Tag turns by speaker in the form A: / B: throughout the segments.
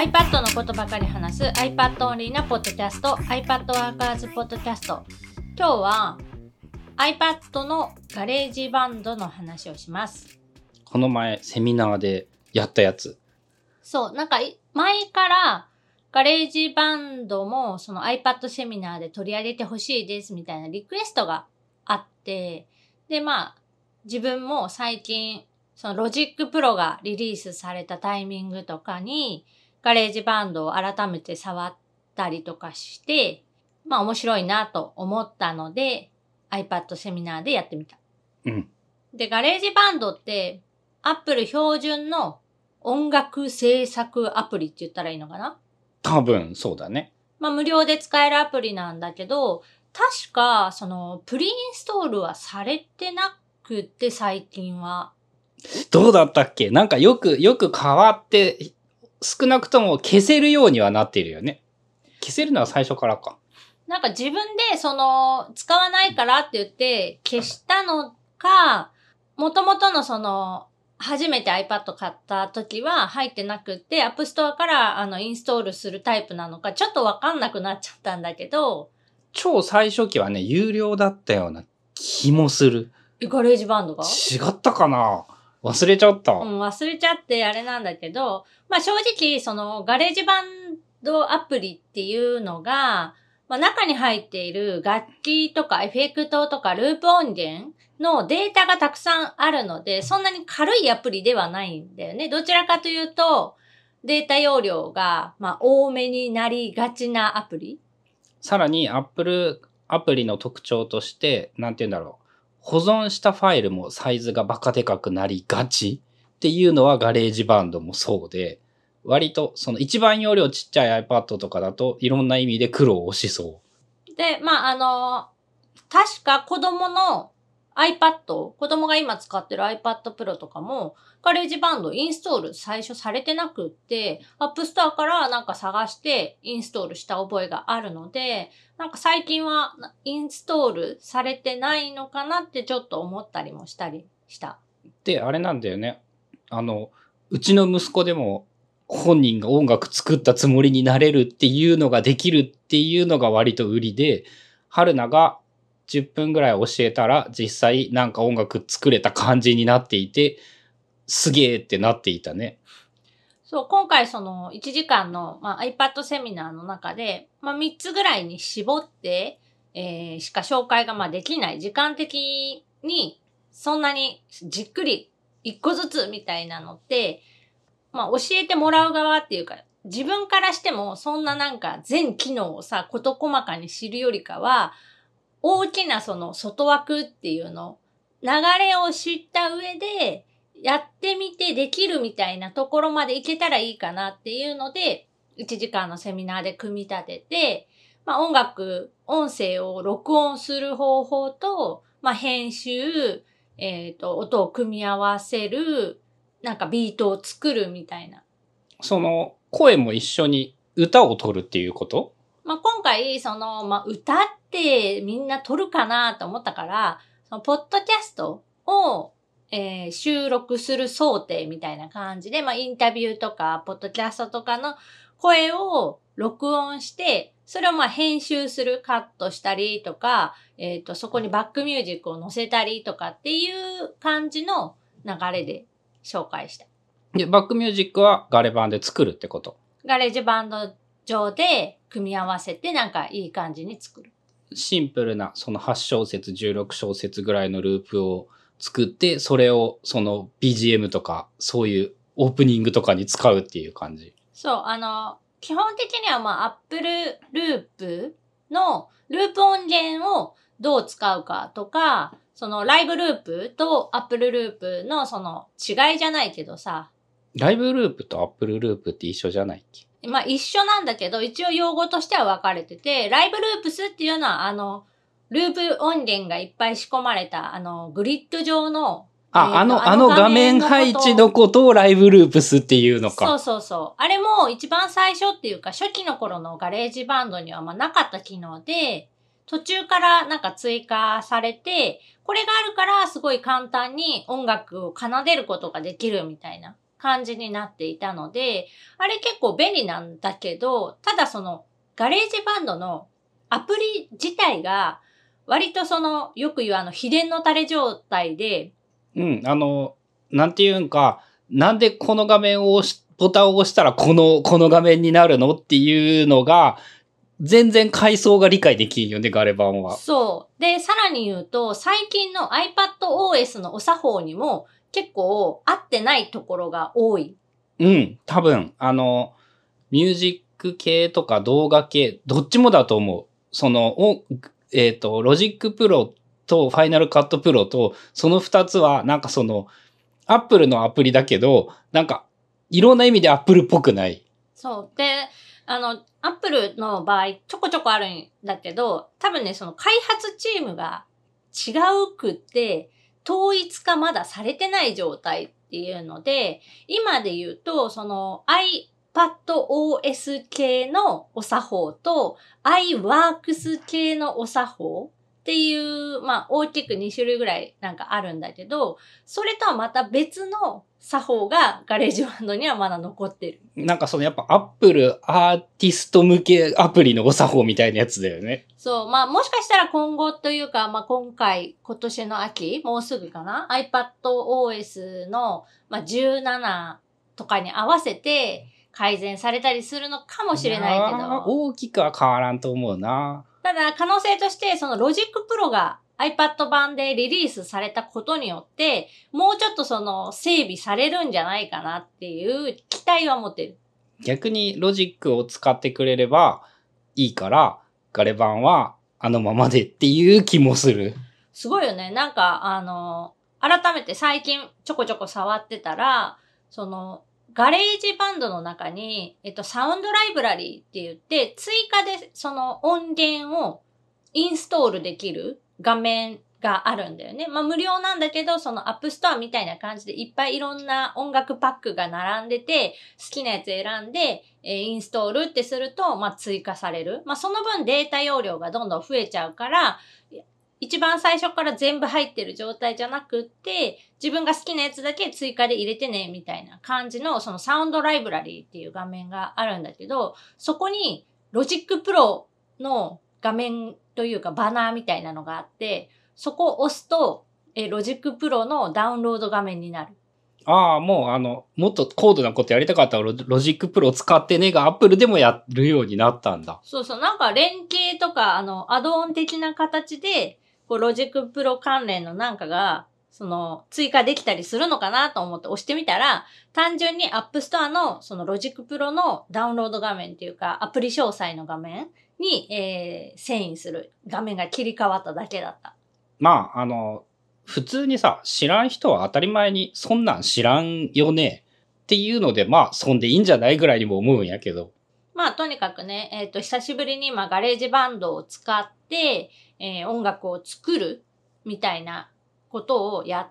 A: iPad のことばかり話す iPad オンリーなポッドキャスト iPad ワーカーズポッドキャスト。今日は iPad のガレージバンドの話をします。
B: この前セミナーでやったやつ。
A: そう、なんか前からガレージバンドもその iPad セミナーで取り上げてほしいですみたいなリクエストがあって、で自分も最近そのロジックプロがリリースされたタイミングとかにガレージバンドを改めて触ったりとかして、面白いなと思ったので iPad セミナーでやってみた。で、ガレージバンドって Apple 標準の音楽制作アプリって言ったらいいのかな？
B: 多分そうだね。
A: 無料で使えるアプリなんだけど、確かそのプリインストールはされてなくて最近は。
B: どうだったっけ？なんかよく変わって少なくとも消せるようにはなっているよね。消せるのは最初からか。
A: なんか自分でその使わないからって言って消したのか、元々のその初めて iPad 買った時は入ってなくって、App Store からインストールするタイプなのか、ちょっとわかんなくなっちゃったんだけど。
B: 超最初期はね、有料だったような気もする。
A: ガレージバンドが？
B: 違ったかな？忘れちゃった。
A: 忘れちゃってあれなんだけど、正直そのガレージバンドアプリっていうのが、中に入っている楽器とかエフェクトとかループ音源のデータがたくさんあるので、そんなに軽いアプリではないんだよね。どちらかというと、データ容量が多めになりがちなアプリ。
B: さらに Apple アプリの特徴として、保存したファイルもサイズがバカでかくなりがちっていうのはガレージバンドもそうで、割とその一番容量ちっちゃい iPad とかだといろんな意味で苦労をしそう。
A: で、確か子供が今使ってる iPad Pro とかもガレージバンドインストール最初されてなくって、App Store からなんか探してインストールした覚えがあるので、なんか最近はインストールされてないのかなってちょっと思ったりもしたりした。
B: で、あれなんだよね。うちの息子でも本人が音楽作ったつもりになれるっていうのができるっていうのが割と売りで、春菜が10分ぐらい教えたら実際なんか音楽作れた感じになっていて、すげーってなっていたね。
A: そう、今回その1時間の、iPad セミナーの中で、3つぐらいに絞って、しか紹介ができない。時間的にそんなにじっくり1個ずつみたいなのって、教えてもらう側っていうか、自分からしてもそんななんか全機能をさ、事細かに知るよりかは、大きなその外枠っていうの、流れを知った上で、やってみてできるみたいなところまでいけたらいいかなっていうので、1時間のセミナーで組み立てて、音声を録音する方法と、編集、音を組み合わせる、なんかビートを作るみたいな。
B: その声も一緒に歌を取るっていうこと？
A: 今回、歌ってみんな撮るかなと思ったから、そのポッドキャストを、収録する想定みたいな感じで、インタビューとか、ポッドキャストとかの声を録音して、それを編集する、カットしたりとか、そこにバックミュージックを載せたりとかっていう感じの流れで紹介した。
B: で、バックミュージックはガレ版で作るってこと？
A: ガレージバンド上で組み合わせてなんかいい感じに作る。
B: シンプルなその8小節、16小節ぐらいのループを作って、それをその BGM とかそういうオープニングとかに使うっていう感じ。
A: そう、基本的にはApple ループのループ音源をどう使うかとか、そのライブループと Apple ループのその違いじゃないけどさ。
B: ライブループと Apple ループって一緒じゃないっけ？
A: 一緒なんだけど、一応用語としては分かれてて、ライブループスっていうのはループ音源がいっぱい仕込まれた、グリッド上の、
B: あの画面配置のことをライブループスっていうのか。
A: そう。あれも一番最初っていうか、初期の頃のガレージバンドにはなかった機能で、途中からなんか追加されて、これがあるからすごい簡単に音楽を奏でることができるみたいな。 感じになっていたので、あれ結構便利なんだけど、ただそのガレージバンドのアプリ自体が割とよく言う秘伝のタレ状態で、
B: うん、なんていうんか、なんでこの画面をボタンを押したらこの画面になるのっていうのが、全然階層が理解できんよね、ガレ版は。
A: そう。で、さらに言うと、最近の iPadOS のお作法にも結構合ってないところが多い。
B: うん、多分、ミュージック系とか動画系、どっちもだと思う。ロジックプロとファイナルカットプロと、その二つは、なんかアップルのアプリだけど、なんか、いろんな意味でアップルっぽくない。
A: そう。で、アップルの場合、ちょこちょこあるんだけど、多分ね、開発チームが違うくって、統一化まだされてない状態っていうので、今で言うと、iPadOS 系のお作法と iWorks 系のお作法っていう、まあ大きく2種類ぐらいなんかあるんだけど、それとはまた別の作法がガレージバンドにはまだ残ってる。
B: なんかやっぱアップルアーティスト向けアプリのお作法みたいなやつだよね。
A: そう。まあもしかしたら今後というか、まあ今年の秋、もうすぐかな iPadOS の、まあ、17とかに合わせて改善されたりするのかもしれないけど。
B: 大きくは変わらんと思うな。
A: ただ可能性として、ロジックプロが iPad 版でリリースされたことによって、もうちょっと整備されるんじゃないかなっていう期待は持てる。
B: 逆にロジックを使ってくれればいいから、ガレ版はあのままでっていう気もする。
A: すごいよね。なんか、改めて最近ちょこちょこ触ってたら、ガレージバンドの中に、サウンドライブラリーって言って、追加で音源をインストールできる画面があるんだよね。まあ無料なんだけど、アップストアみたいな感じでいっぱいいろんな音楽パックが並んでて、好きなやつ選んで、インストールってすると、まあ追加される。まあその分データ容量がどんどん増えちゃうから、一番最初から全部入ってる状態じゃなくって、自分が好きなやつだけ追加で入れてね、みたいな感じの、サウンドライブラリーっていう画面があるんだけど、そこにロジックプロの画面というかバナーみたいなのがあって、そこを押すと、ロジックプロのダウンロード画面になる。
B: ああ、もうもっと高度なことやりたかったらロジックプロ使ってねがアップルでもやるようになったんだ。
A: そうそう、なんか連携とか、アドオン的な形で、ロジックプロ関連のなんかが、追加できたりするのかなと思って押してみたら、単純に App Store のロジックプロのダウンロード画面っていうか、アプリ詳細の画面に、遷移する画面が切り替わっただけだった。
B: まあ、普通にさ、知らん人は当たり前に、そんなん知らんよねっていうので、まあ、そんでいいんじゃないぐらいにも思うんやけど。
A: まあ、とにかくね、久しぶりにガレージバンドを使って、音楽を作るみたいなことをやって、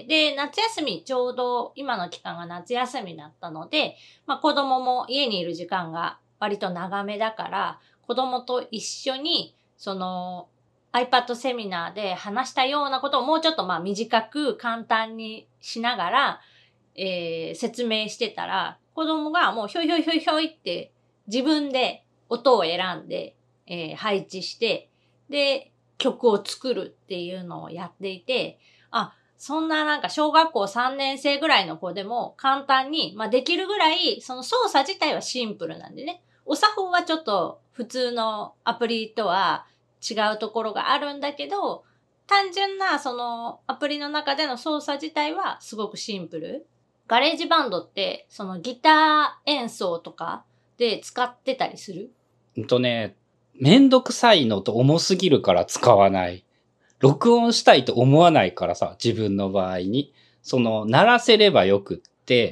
A: で、夏休み、ちょうど今の期間が夏休みだったので、まあ子供も家にいる時間が割と長めだから、子供と一緒に、iPad セミナーで話したようなことをもうちょっと短く簡単にしながら、説明してたら、子供がもうひょいひょいひょいひょいって自分で音を選んで、配置して、で、曲を作るっていうのをやっていて、そんななんか小学校3年生ぐらいの子でも簡単に、できるぐらい、操作自体はシンプルなんでね。お作法はちょっと普通のアプリとは違うところがあるんだけど、単純なアプリの中での操作自体はすごくシンプル。ガレージバンドってギター演奏とかで使ってたりする？
B: めんどくさいのと重すぎるから使わない。録音したいと思わないからさ、自分の場合に。鳴らせればよくって、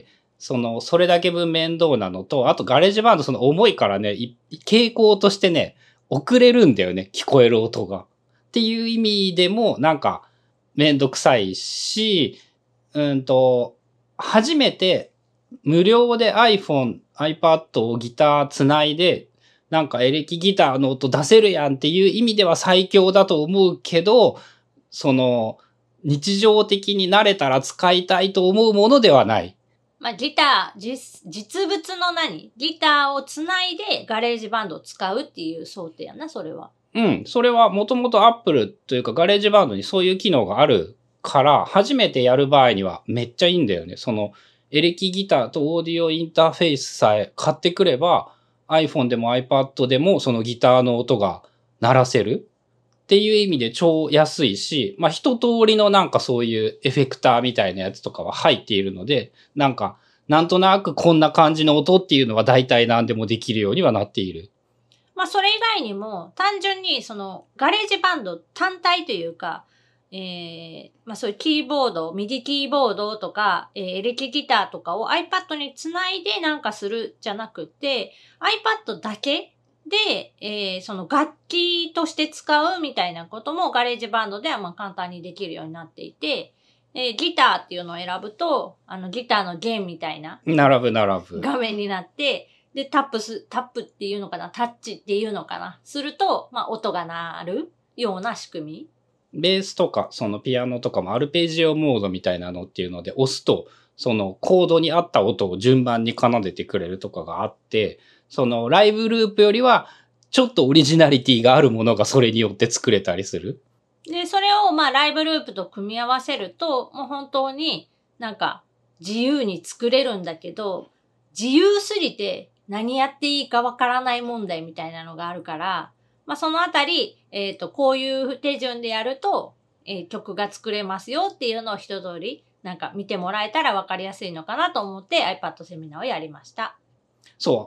B: それだけ分面倒なのと、あとガレージバンド重いからね、傾向としてね、遅れるんだよね、聞こえる音が。っていう意味でも、なんか、めんどくさいし、初めて無料で iPad をギターつないで、なんかエレキギターの音出せるやんっていう意味では最強だと思うけど、日常的に慣れたら使いたいと思うものではない。
A: まあ、ギター、実物のギターをつないでガレージバンドを使うっていう想定やな、それは。
B: うん。それはもともと Apple というかガレージバンドにそういう機能があるから、初めてやる場合にはめっちゃいいんだよね。そのエレキギターとオーディオインターフェースさえ買ってくれば、iPhone でも iPad でもそのギターの音が鳴らせるっていう意味で超安いし、まあ一通りのなんかそういうエフェクターみたいなやつとかは入っているので、なんとなくこんな感じの音っていうのは大体何でもできるようにはなっている。
A: まあ、それ以外にも、単純に、その、ガレージバンド単体というか、まあ、そういうキーボード、ミディキーボードとか、エレキギターとかを iPad につないでなんかするじゃなくて、iPad だけで、その楽器として使うみたいなこともガレージバンドではまあ簡単にできるようになっていて、ギターっていうのを選ぶと、ギターの弦みたいな
B: 並ぶ。
A: 画面になって、で、タップっていうのかな、タッチっていうのかな、すると、まあ、音が鳴るような仕組
B: み。ベースとか、そのピアノとかもアルペジオモードみたいなのっていうので押すと、そのコードに合った音を順番に奏でてくれるとかがあって、そのライブループよりは、ちょっとオリジナリティがあるものがそれによって作れたりする。
A: で、それをまあライブループと組み合わせると、もう本当になんか自由に作れるんだけど、自由すぎて何やっていいかわからない問題みたいなのがあるから、まあそのあたり、こういう手順でやると、曲が作れますよっていうのを一通りなんか見てもらえたらわかりやすいのかなと思って iPad セミナーをやりました。
B: そう、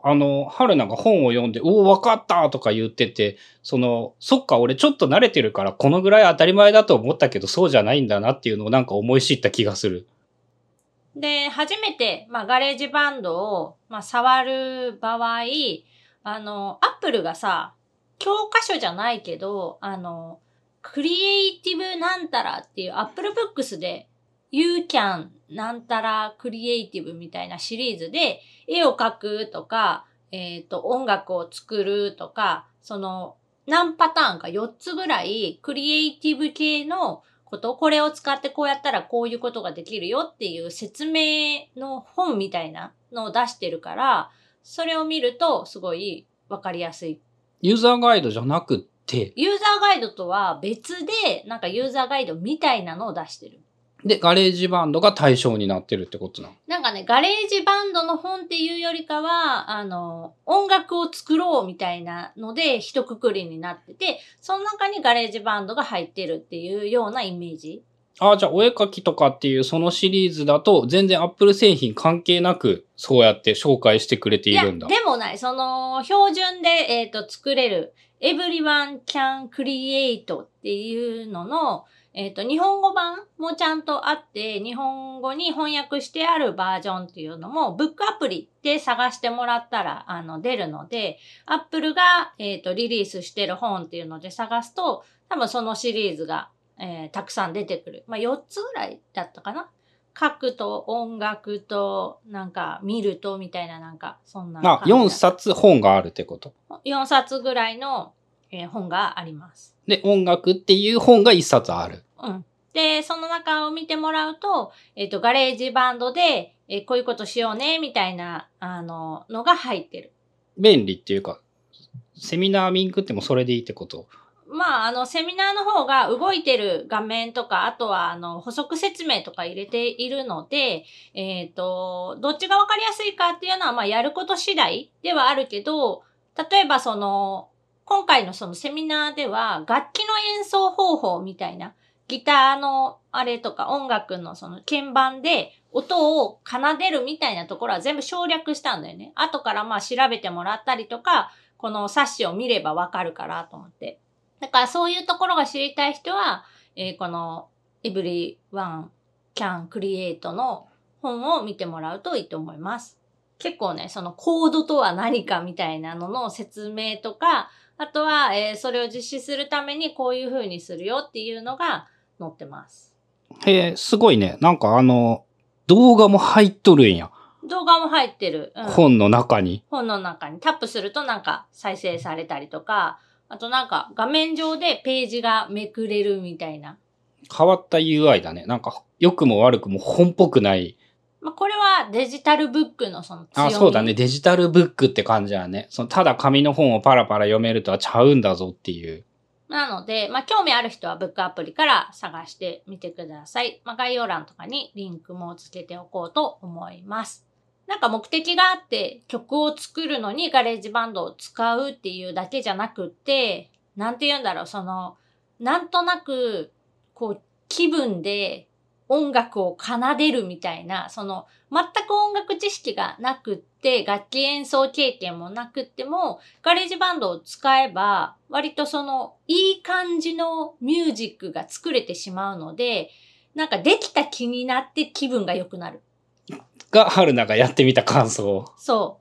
B: 春菜が本を読んで、おお、わかったとか言ってて、そっか、俺ちょっと慣れてるから、このぐらい当たり前だと思ったけど、そうじゃないんだなっていうのをなんか思い知った気がする。
A: で、初めて、まあ、ガレージバンドを、まあ、触る場合、アップルがさ、教科書じゃないけど、クリエイティブなんたらっていうアップルブックスで、You can なんたらクリエイティブみたいなシリーズで、絵を描くとか、音楽を作るとか、何パターンか4つぐらい、クリエイティブ系のこれを使ってこうやったらこういうことができるよっていう説明の本みたいなのを出してるから、それを見るとすごいわかりやすい。
B: ユーザーガイドじゃなくって、
A: ユーザーガイドとは別で、なんかユーザーガイドみたいなのを出してる。
B: で、ガレージバンドが対象になってるってことなの？
A: なんかね、ガレージバンドの本っていうよりかは、音楽を作ろうみたいなので一括りになってて、その中にガレージバンドが入ってるっていうようなイメージ。
B: ああ、じゃあお絵描きとかっていうそのシリーズだと全然 Apple 製品関係なくそうやって紹介してくれているんだ。
A: いや、でもない。標準で、作れる Everyone can create っていうのの、日本語版もちゃんとあって、日本語に翻訳してあるバージョンっていうのも、ブックアプリで探してもらったら、出るので、Apple が、リリースしてる本っていうので探すと、多分そのシリーズが、たくさん出てくる。まあ、4つぐらいだったかな。書くと音楽となんか見るとみたいななんかそんな感じ。
B: 4冊本があるってこと？
A: 4冊ぐらいの、本があります。
B: で、音楽っていう本が1冊ある。
A: うん。で、その中を見てもらうと、ガレージバンドで、こういうことしようねみたいな、のが入ってる。
B: 便利っていうか、セミナー見んくってもそれでいいってこと？
A: まあ、セミナーの方が動いてる画面とか、あとは、補足説明とか入れているので、どっちがわかりやすいかっていうのは、まあ、やること次第ではあるけど、例えば今回のそのセミナーでは、楽器の演奏方法みたいな、ギターのあれとか音楽のその鍵盤で音を奏でるみたいなところは全部省略したんだよね。後からまあ調べてもらったりとか、この冊子を見ればわかるからと思って。だからそういうところが知りたい人は、この Everyone Can Create の本を見てもらうといいと思います。結構ね、そのコードとは何かみたいなのの説明とか、あとは、それを実施するためにこういう風にするよっていうのが載ってます。
B: へえ、すごいね。なんか動画も入っとるんや。
A: 動画も入ってる。
B: うん、本の中に。
A: 本の中にタップするとなんか再生されたりとか、あとなんか画面上でページがめくれるみたいな。
B: 変わった UI だね。なんか良くも悪くも本っぽくない。
A: まあ、これはデジタルブックのその強み。
B: そうだね。デジタルブックって感じだね。ただ紙の本をパラパラ読めるとはちゃうんだぞっていう。
A: なので、まあ、興味ある人はブックアプリから探してみてください。まあ、概要欄とかにリンクもつけておこうと思います。なんか目的があって曲を作るのにガレージバンドを使うっていうだけじゃなくって、なんて言うんだろう、なんとなく、気分で音楽を奏でるみたいな、全く音楽知識がなくって、楽器演奏経験もなくっても、ガレージバンドを使えば、割といい感じのミュージックが作れてしまうので、なんかできた気になって気分が良くなる。
B: が、春菜がやってみた感想。
A: そう。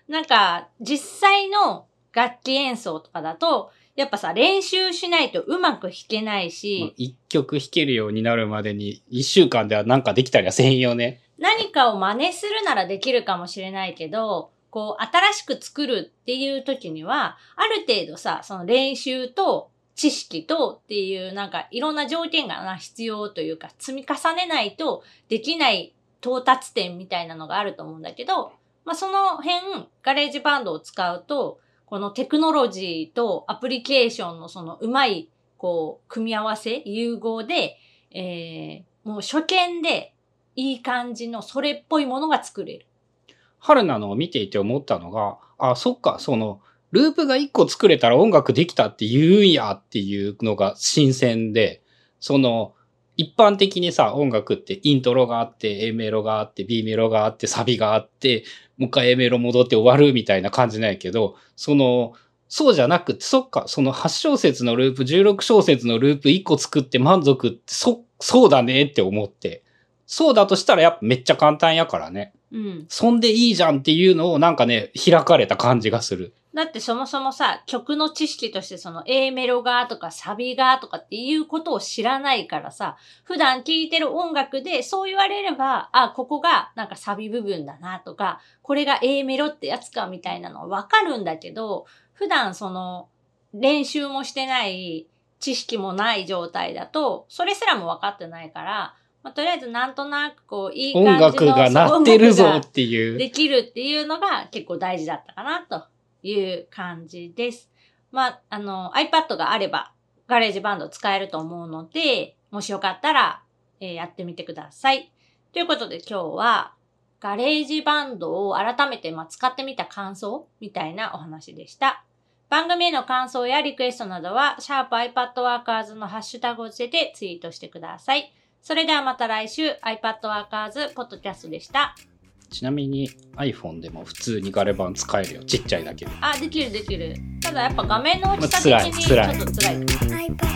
A: なんか、実際の楽器演奏とかだと、やっぱさ、練習しないとうまく弾けないし、
B: 一曲弾けるようになるまでに一週間ではなんかできたりはせんよね。
A: 何かを真似するならできるかもしれないけど、新しく作るっていう時には、ある程度さ、その練習と知識とっていうなんかいろんな条件が必要というか、積み重ねないとできない到達点みたいなのがあると思うんだけど、まあ、その辺、ガレージバンドを使うと、このテクノロジーとアプリケーションのうまい、組み合わせ、融合で、もう初見でいい感じのそれっぽいものが作れる。
B: 春菜のを見ていて思ったのが、そっか、ループが1個作れたら音楽できたって言うんやっていうのが新鮮で、一般的にさ、音楽ってイントロがあって、A メロがあって、B メロがあって、サビがあって、もう一回 A メロ戻って終わるみたいな感じなんやけど、そうじゃなくて、そっか、8小節のループ、16小節のループ1個作って満足って、そうだねって思って。そうだとしたらやっぱめっちゃ簡単やからね。
A: うん。
B: そんでいいじゃんっていうのをなんかね、開かれた感じがする。
A: だってそもそもさ、曲の知識としてA メロがとかサビがとかっていうことを知らないからさ、普段聴いてる音楽でそう言われれば、ここがなんかサビ部分だなとか、これが A メロってやつかみたいなのはわかるんだけど、普段練習もしてない知識もない状態だと、それすらも分かってないから、まあ、とりあえずなんとなくいい感じの
B: 音楽が鳴ってるぞっていう。
A: できるっていうのが結構大事だったかなという感じです。まあ、iPad があればガレージバンド使えると思うので、もしよかったら、やってみてください。ということで今日はガレージバンドを改めて使ってみた感想みたいなお話でした。番組への感想やリクエストなどは、#iPadWorkers のハッシュタグをつけてツイートしてください。それではまた来週、iPadWorkers ポッドキャストでした。
B: ちなみに iPhone でも普通にガレ版使えるよ。ちっちゃいだけで。
A: できる。ただやっぱ画面の大きさ的にちょっと辛い。